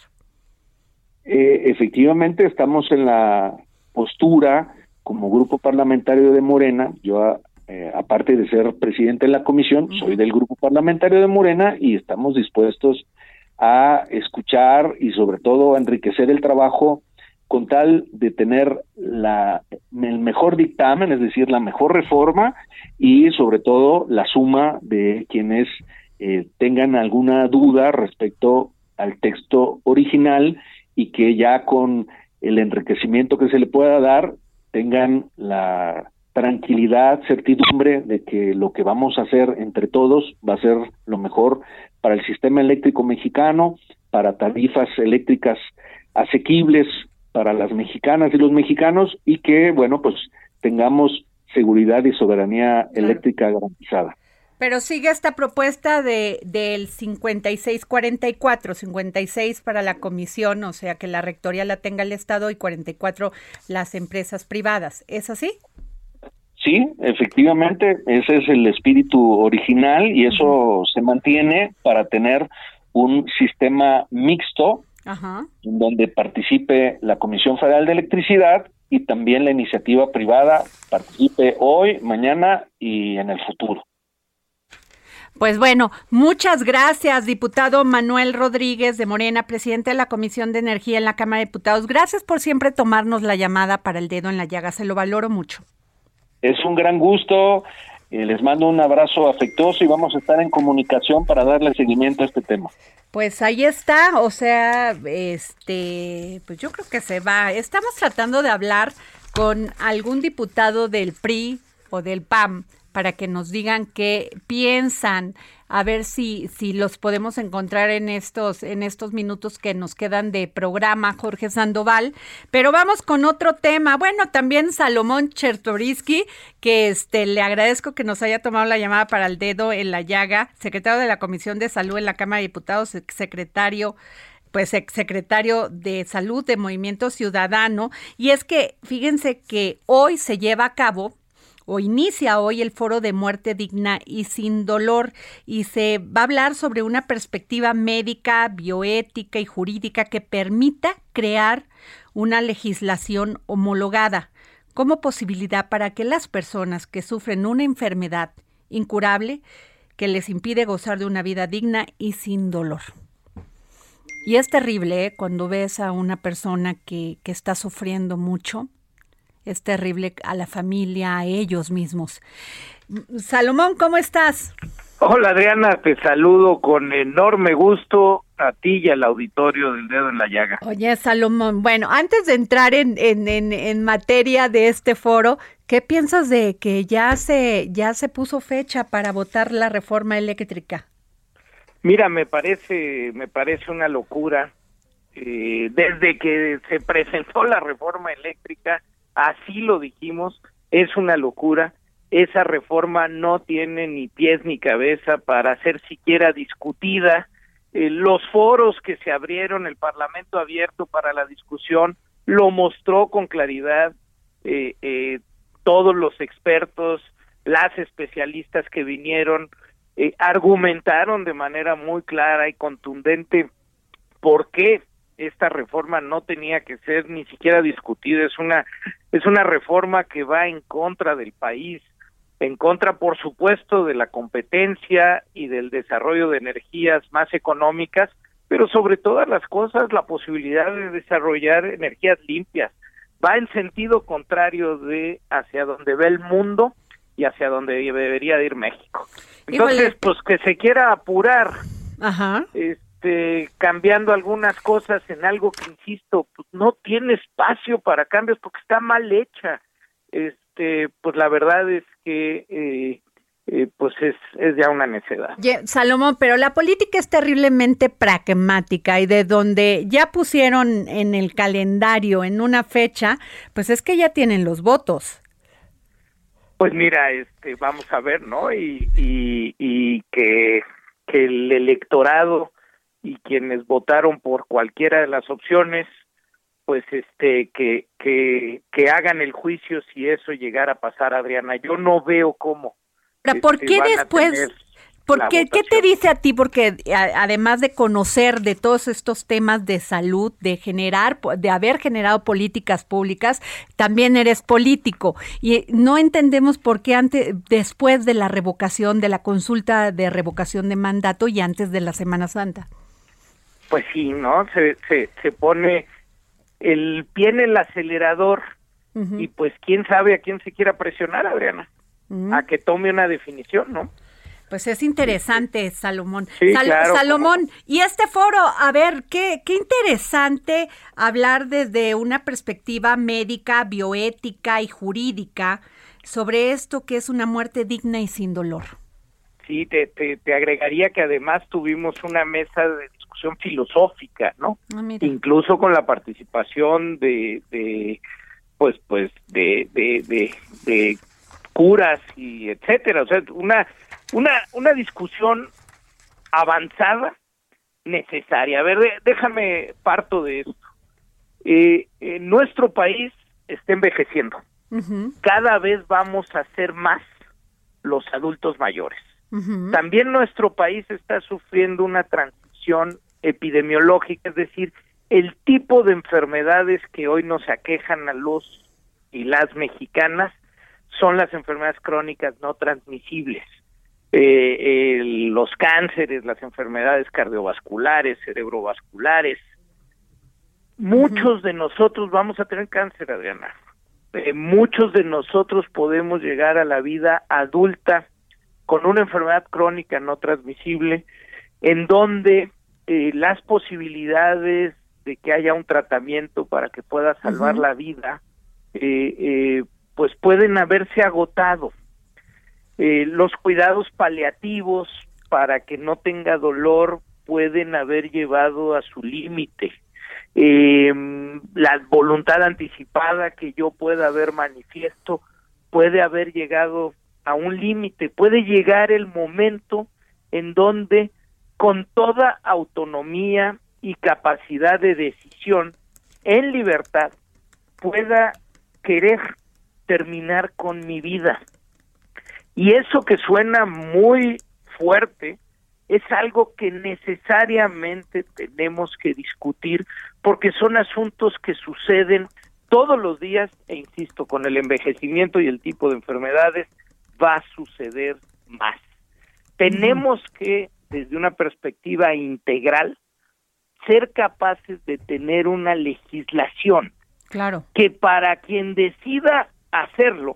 Eh, efectivamente, estamos en la postura como grupo parlamentario de Morena. Yo, eh, aparte de ser presidente de la comisión, uh-huh. soy del grupo parlamentario de Morena y estamos dispuestos a escuchar y sobre todo a enriquecer el trabajo con tal de tener la, el mejor dictamen, es decir, la mejor reforma y sobre todo la suma de quienes eh, tengan alguna duda respecto al texto original y que ya con el enriquecimiento que se le pueda dar tengan la tranquilidad, certidumbre de que lo que vamos a hacer entre todos va a ser lo mejor para el sistema eléctrico mexicano, para tarifas eléctricas asequibles para las mexicanas y los mexicanos y que, bueno, pues tengamos seguridad y soberanía claro. eléctrica garantizada. Pero sigue esta propuesta de del cincuenta y seis cuarenta y cuatro, cincuenta y seis para la comisión, o sea, que la rectoría la tenga el Estado y cuarenta y cuatro las empresas privadas. ¿Es así? Sí, efectivamente, ese es el espíritu original y eso uh-huh. se mantiene para tener un sistema mixto Ajá. en donde participe la Comisión Federal de Electricidad y también la iniciativa privada participe hoy, mañana y en el futuro. Pues bueno, muchas gracias, diputado Manuel Rodríguez de Morena, presidente de la Comisión de Energía en la Cámara de Diputados. Gracias por siempre tomarnos la llamada para el dedo en la llaga, se lo valoro mucho. Es un gran gusto, eh, les mando un abrazo afectuoso y vamos a estar en comunicación para darle seguimiento a este tema. Pues ahí está, o sea, este, pues yo creo que se va. Estamos tratando de hablar con algún diputado del P R I o del P A M para que nos digan qué piensan, a ver si si los podemos encontrar en estos en estos minutos que nos quedan de programa, Jorge Sandoval. Pero vamos con otro tema. Bueno, también Salomón Chertorivsky, que este le agradezco que nos haya tomado la llamada para el dedo en la llaga, secretario de la Comisión de Salud en la Cámara de Diputados, secretario pues exsecretario de Salud de Movimiento Ciudadano. Y es que fíjense que hoy se lleva a cabo o inicia hoy el Foro de Muerte Digna y Sin Dolor y se va a hablar sobre una perspectiva médica, bioética y jurídica que permita crear una legislación homologada como posibilidad para que las personas que sufren una enfermedad incurable que les impide gozar de una vida digna y sin dolor. Y es terrible, ¿eh? Cuando ves a una persona que, que está sufriendo mucho. Es terrible a la familia, a ellos mismos. Salomón, ¿cómo estás? Hola Adriana, te saludo con enorme gusto a ti y al auditorio del Dedo en la Llaga. Oye, Salomón, bueno, antes de entrar en, en, en, en materia de este foro, ¿qué piensas de que ya se, ya se puso fecha para votar la reforma eléctrica? Mira, me parece, me parece una locura. Eh, desde que se presentó la reforma eléctrica, así lo dijimos, es una locura. Esa reforma no tiene ni pies ni cabeza para ser siquiera discutida. Eh, los foros que se abrieron, el Parlamento abierto para la discusión, lo mostró con claridad. Eh, eh, todos los expertos, las especialistas que vinieron, eh, argumentaron de manera muy clara y contundente por qué esta reforma no tenía que ser ni siquiera discutida. Es una es una reforma que va en contra del país, en contra, por supuesto, de la competencia y del desarrollo de energías más económicas, pero sobre todas las cosas la posibilidad de desarrollar energías limpias. Va en sentido contrario de hacia donde va el mundo y hacia donde debería de ir México. Entonces, Híjole. pues que se quiera apurar. Ajá. Este, cambiando algunas cosas en algo que, insisto, pues no tiene espacio para cambios porque está mal hecha. Este, pues la verdad es que eh, eh, pues es, es ya una necedad. Yeah, Salomón, pero la política es terriblemente pragmática y de donde ya pusieron en el calendario en una fecha, pues es que ya tienen los votos. Pues mira, este, vamos a ver, ¿no? Y, y, y que, que el electorado y quienes votaron por cualquiera de las opciones, pues este, que, que, que hagan el juicio si eso llegara a pasar, Adriana. Yo no veo cómo. Pero ¿por este, qué van a después? tener ¿Por qué, ¿Qué te dice a ti? Porque a, además de conocer de todos estos temas de salud, de generar, de haber generado políticas públicas, también eres político y no entendemos por qué antes, después de la revocación, de la consulta de revocación de mandato y antes de la Semana Santa. Pues sí, ¿no? Se, se, se pone el pie en el acelerador uh-huh. y pues quién sabe a quién se quiera presionar, Adriana, uh-huh. a que tome una definición, ¿no? Pues es interesante, Salomón. Sí, Sal- claro, Salomón, como... y este foro, a ver, qué, qué interesante hablar desde una perspectiva médica, bioética y jurídica sobre esto que es una muerte digna y sin dolor. Sí, te, te, te agregaría que además tuvimos una mesa de discusión filosófica, ¿no? Ah, mira. Incluso con la participación de, de pues, pues, de, de, de, de curas y etcétera. O sea, una Una, una discusión avanzada, necesaria. A ver, de, déjame parto de esto. Eh, eh, nuestro país está envejeciendo. Uh-huh. Cada vez vamos a ser más los adultos mayores. Uh-huh. También nuestro país está sufriendo una transición epidemiológica, es decir, el tipo de enfermedades que hoy nos aquejan a los y las mexicanas son las enfermedades crónicas no transmisibles. Eh, eh, los cánceres, las enfermedades cardiovasculares, cerebrovasculares. Muchos uh-huh. de nosotros vamos a tener cáncer, Adriana. Eh, muchos de nosotros podemos llegar a la vida adulta con una enfermedad crónica no transmisible, en donde eh, las posibilidades de que haya un tratamiento para que pueda salvar uh-huh. la vida, eh, eh, pues pueden haberse agotado. Eh, los cuidados paliativos para que no tenga dolor pueden haber llevado a su límite. Eh, la voluntad anticipada que yo pueda haber manifiesto puede haber llegado a un límite. Puede llegar el momento en donde con toda autonomía y capacidad de decisión, en libertad, pueda querer terminar con mi vida. Y eso que suena muy fuerte es algo que necesariamente tenemos que discutir porque son asuntos que suceden todos los días e insisto, con el envejecimiento y el tipo de enfermedades va a suceder más. Tenemos que, desde una perspectiva integral, ser capaces de tener una legislación claro. que para quien decida hacerlo,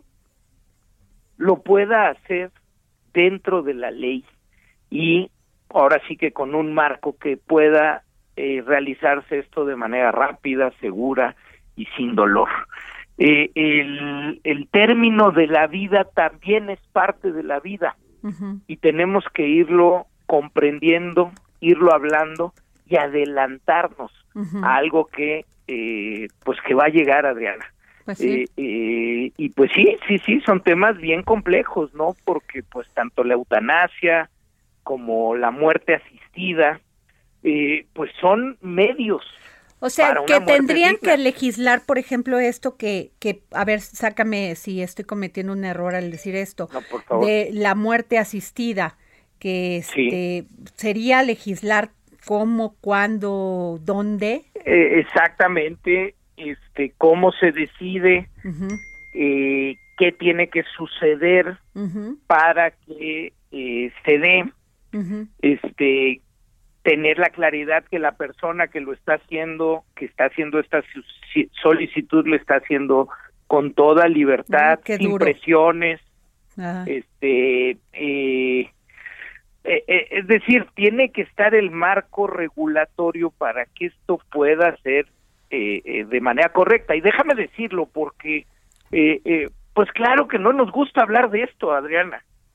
lo pueda hacer dentro de la ley y ahora sí que con un marco que pueda eh, realizarse esto de manera rápida, segura y sin dolor. Eh, el, el término de la vida también es parte de la vida uh-huh. y tenemos que irlo comprendiendo, irlo hablando y adelantarnos uh-huh. a algo que eh, pues que va a llegar, Adriana. Pues sí. Eh, eh, y pues sí, sí, sí, son temas bien complejos, ¿no? Porque pues tanto la eutanasia como la muerte asistida, eh, pues son medios. O sea, que tendrían digna. que legislar, por ejemplo, esto que, que, a ver, sácame si estoy cometiendo un error al decir esto, no, por favor. De la muerte asistida, que sí. este, sería legislar cómo, cuándo, dónde. Eh, exactamente. Este, cómo se decide, uh-huh. eh, qué tiene que suceder uh-huh. para que eh, se dé, uh-huh. este, tener la claridad que la persona que lo está haciendo, que está haciendo esta solicitud, lo está haciendo con toda libertad, uh, sin duro. presiones, uh-huh. este, eh, eh, eh, es decir, tiene que estar el marco regulatorio para que esto pueda ser Eh, eh, de manera correcta. Y déjame decirlo porque, eh, eh, pues claro que no nos gusta hablar de esto, Adriana.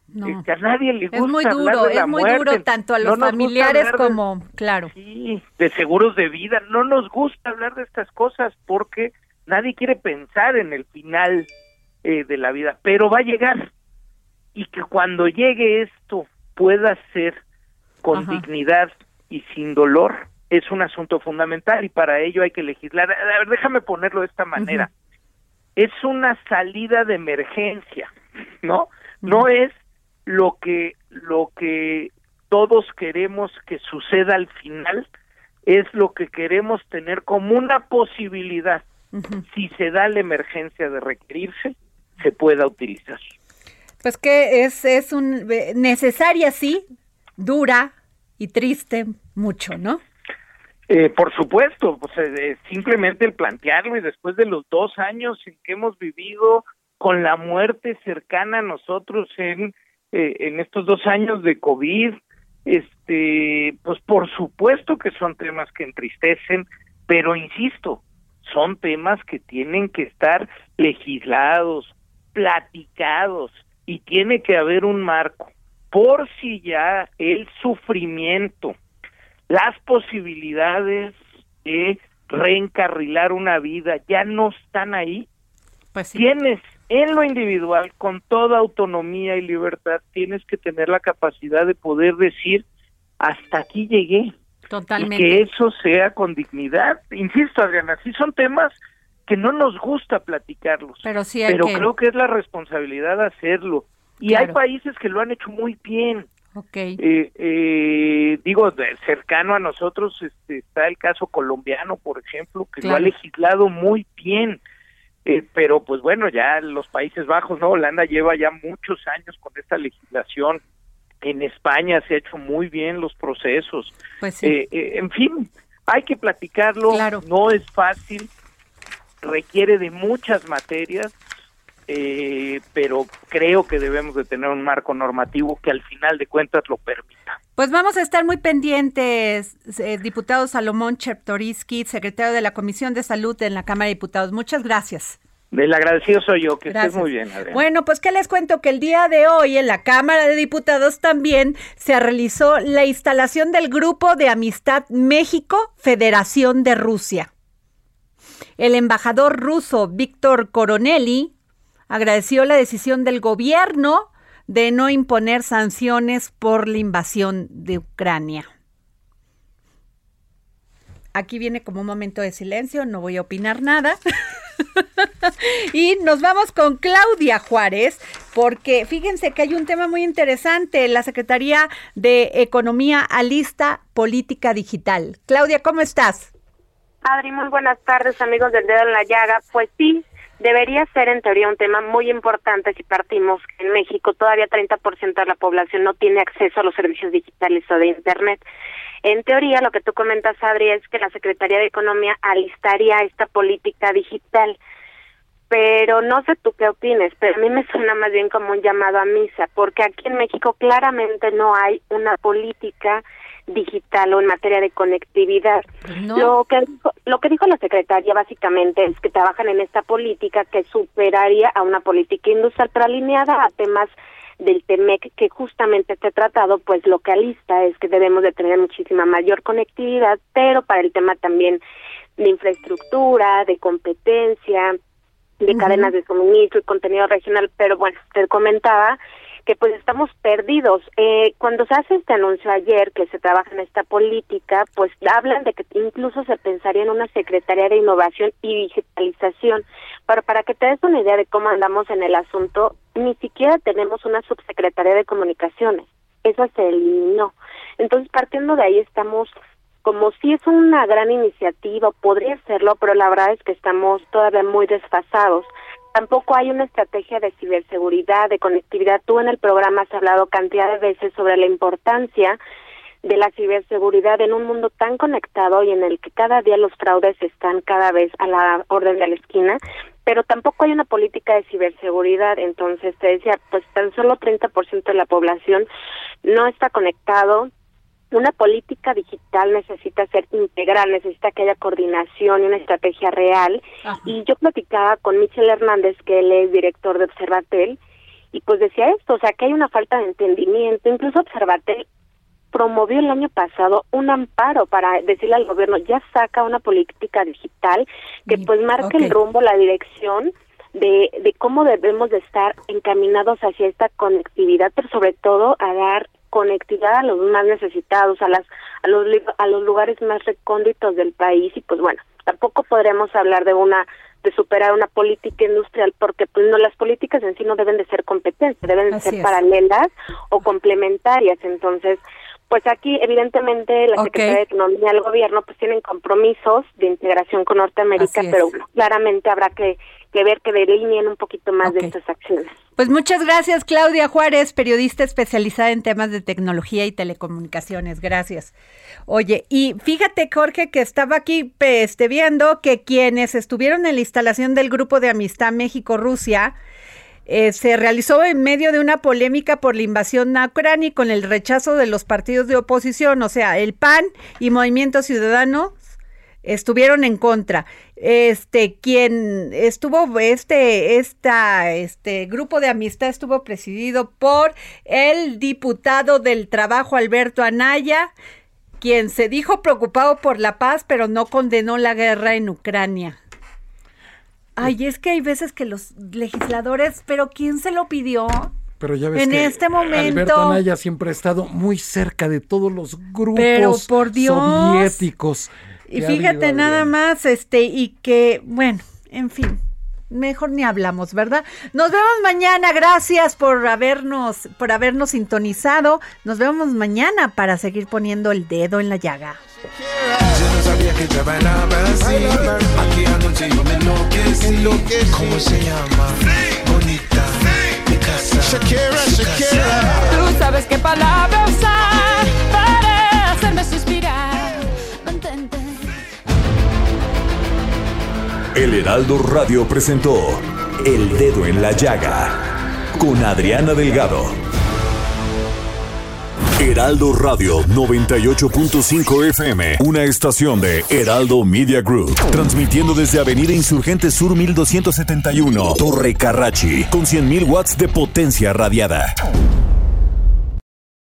No. Eh, que a nadie le gusta es muy hablar duro, de la es muy muerte. duro tanto a los No nos gusta familiares hablar de- como, claro. Sí, de seguros de vida. No nos gusta hablar de estas cosas porque nadie quiere pensar en el final eh, de la vida, pero va a llegar. Y que cuando llegue esto pueda ser con Ajá. dignidad y sin dolor, es un asunto fundamental y para ello hay que legislar. A ver, déjame ponerlo de esta manera. Uh-huh. Es una salida de emergencia, ¿no? Uh-huh. No es lo que lo que todos queremos que suceda al final, es lo que queremos tener como una posibilidad. Uh-huh. Si se da la emergencia de requerirse, se pueda utilizar. Pues que es es un necesaria, sí, dura y triste mucho, ¿no? Eh, por supuesto, pues eh, simplemente el plantearlo y después de los dos años en que hemos vivido con la muerte cercana a nosotros en eh, en estos dos años de COVID, este, pues por supuesto que son temas que entristecen, pero insisto, son temas que tienen que estar legislados, platicados y tiene que haber un marco. Por si ya el sufrimiento, las posibilidades de reencarrilar una vida ya no están ahí, pues sí. Tienes en lo individual, con toda autonomía y libertad, tienes que tener la capacidad de poder decir, hasta aquí llegué. Totalmente. Y que eso sea con dignidad. Insisto, Adriana, sí son temas que no nos gusta platicarlos, pero, sí hay pero que... creo que es la responsabilidad de hacerlo. Y claro. Hay países que lo han hecho muy bien. Okay. Eh, eh, digo, de, cercano a nosotros este, está el caso colombiano, por ejemplo, que claro. Lo ha legislado muy bien. Eh, pero pues bueno, ya los Países Bajos, ¿no? Holanda lleva ya muchos años con esta legislación. En España se ha hecho muy bien los procesos. Pues sí. eh, eh, en fin, hay que platicarlo. Claro. No es fácil, requiere de muchas materias. Eh, pero creo que debemos de tener un marco normativo que al final de cuentas lo permita. Pues vamos a estar muy pendientes, eh, diputado Salomón Chertorivsky, secretario de la Comisión de Salud en la Cámara de Diputados. Muchas gracias. Del agradecido soy yo, que gracias. Estés muy bien, Adriana. Bueno, pues que les cuento que el día de hoy en la Cámara de Diputados también se realizó la instalación del Grupo de Amistad México-Federación de Rusia. El embajador ruso Víctor Coronelli agradeció la decisión del gobierno de no imponer sanciones por la invasión de Ucrania. Aquí viene como un momento de silencio, no voy a opinar nada. Y nos vamos con Claudia Juárez, porque fíjense que hay un tema muy interesante. La Secretaría de Economía alista política digital. Claudia, ¿cómo estás? Adri, muy buenas tardes, amigos del Dedo en la Llaga. Pues sí, debería ser en teoría un tema muy importante si partimos que en México todavía treinta por ciento de la población no tiene acceso a los servicios digitales o de Internet. En teoría, lo que tú comentas, Adri, es que la Secretaría de Economía alistaría esta política digital. Pero no sé tú qué opines, pero a mí me suena más bien como un llamado a misa, porque aquí en México claramente no hay una política digital o en materia de conectividad. No. Lo que dijo, lo que dijo la secretaria básicamente es que trabajan en esta política que superaría a una política industrial, pero alineada a temas del T M E C, que justamente este tratado pues lo que alista es que debemos de tener muchísima mayor conectividad, pero para el tema también de infraestructura, de competencia, de uh-huh. cadenas de suministro y contenido regional. Pero bueno, te comentaba que pues estamos perdidos. Eh, cuando se hace este anuncio ayer que se trabaja en esta política, pues hablan de que incluso se pensaría en una Secretaría de Innovación y Digitalización. Pero para que te des una idea de cómo andamos en el asunto, ni siquiera tenemos una Subsecretaría de Comunicaciones. Eso se eliminó. Entonces, partiendo de ahí, estamos como si es una gran iniciativa, podría serlo, pero la verdad es que estamos todavía muy desfasados. Tampoco hay una estrategia de ciberseguridad, de conectividad. Tú en el programa has hablado cantidad de veces sobre la importancia de la ciberseguridad en un mundo tan conectado y en el que cada día los fraudes están cada vez a la orden de la esquina, pero tampoco hay una política de ciberseguridad. Entonces te decía, pues tan solo treinta por ciento de la población no está conectado. Una política digital necesita ser integral, necesita que haya coordinación y una estrategia real. Ajá. Y yo platicaba con Michel Hernández, que él es director de Observatel, y pues decía esto, o sea, que hay una falta de entendimiento. Incluso Observatel promovió el año pasado un amparo para decirle al gobierno, ya saca una política digital que pues marque okay. el rumbo, la dirección de, de cómo debemos de estar encaminados hacia esta conectividad, pero sobre todo a dar conectividad a los más necesitados, a las a los a los lugares más recónditos del país. Y pues bueno, tampoco podremos hablar de una de superar una política industrial, porque pues no, las políticas en sí no deben de ser competencia, deben de Así ser es. paralelas o complementarias. Entonces, pues aquí evidentemente la okay. Secretaría de Economía y el gobierno pues tienen compromisos de integración con Norteamérica, pero claramente habrá que, que ver que delineen un poquito más okay. de estas acciones. Pues muchas gracias, Claudia Juárez, periodista especializada en temas de tecnología y telecomunicaciones. Gracias. Oye, y fíjate, Jorge, que estaba aquí este, viendo que quienes estuvieron en la instalación del Grupo de Amistad México-Rusia eh, se realizó en medio de una polémica por la invasión a Ucrania y con el rechazo de los partidos de oposición, o sea, el P A N y Movimiento Ciudadano estuvieron en contra. Este, quien estuvo, este, esta, este grupo de amistad estuvo presidido por el diputado del Trabajo, Alberto Anaya, quien se dijo preocupado por la paz, pero no condenó la guerra en Ucrania. Ay, es que hay veces que los legisladores, pero ¿quién se lo pidió? Pero ya ves en que este momento Alberto Anaya siempre ha estado muy cerca de todos los grupos pero por Dios, soviéticos. Y fíjate nada más, este, y que, bueno, en fin, mejor ni hablamos, ¿verdad? Nos vemos mañana, gracias por habernos, por habernos sintonizado. Nos vemos mañana para seguir poniendo el dedo en la llaga. Yo no sabía que te bailaba así. Aquí anoche yo me enloquecí. ¿Cómo se llama? Bonita, mi casa. Shakira, Shakira. Tú sabes qué palabra usar para hacerme suspirar. Mantente. El Heraldo Radio presentó El Dedo en la Llaga con Adriana Delgado. Heraldo Radio noventa y ocho punto cinco F M, una estación de Heraldo Media Group, transmitiendo desde Avenida Insurgente Sur mil doscientos setenta y uno, Torre Carrachi, con cien mil watts de potencia radiada.